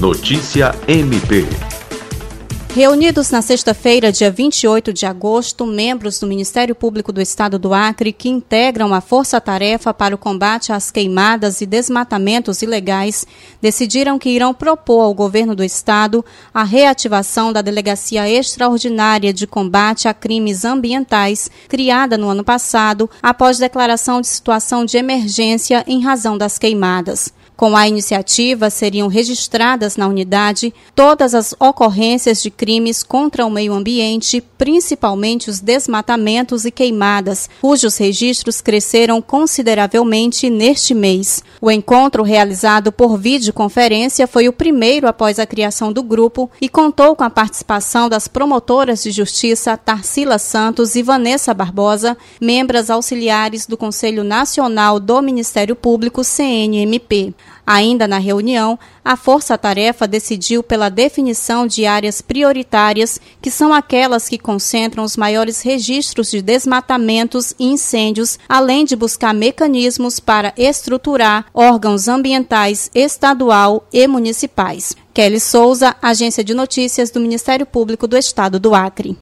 Notícia MP. Reunidos na sexta-feira, dia 28 de agosto, membros do Ministério Público do Estado do Acre, que integram a Força-Tarefa para o Combate às Queimadas e Desmatamentos Ilegais, decidiram que irão propor ao governo do Estado a reativação da Delegacia Extraordinária de Combate a Crimes Ambientais, criada no ano passado, após declaração de situação de emergência em razão das queimadas. Com a iniciativa, seriam registradas na unidade todas as ocorrências de crimes contra o meio ambiente, principalmente os desmatamentos e queimadas, cujos registros cresceram consideravelmente neste mês. O encontro, realizado por videoconferência, foi o primeiro após a criação do grupo e contou com a participação das promotoras de justiça Tarsila Santos e Vanessa Barbosa, membros auxiliares do Conselho Nacional do Ministério Público, CNMP. Ainda na reunião, a Força-Tarefa decidiu pela definição de áreas prioritárias, que são aquelas que concentram os maiores registros de desmatamentos e incêndios, além de buscar mecanismos para estruturar órgãos ambientais estadual e municipais. Kelly Souza, Agência de Notícias do Ministério Público do Estado do Acre.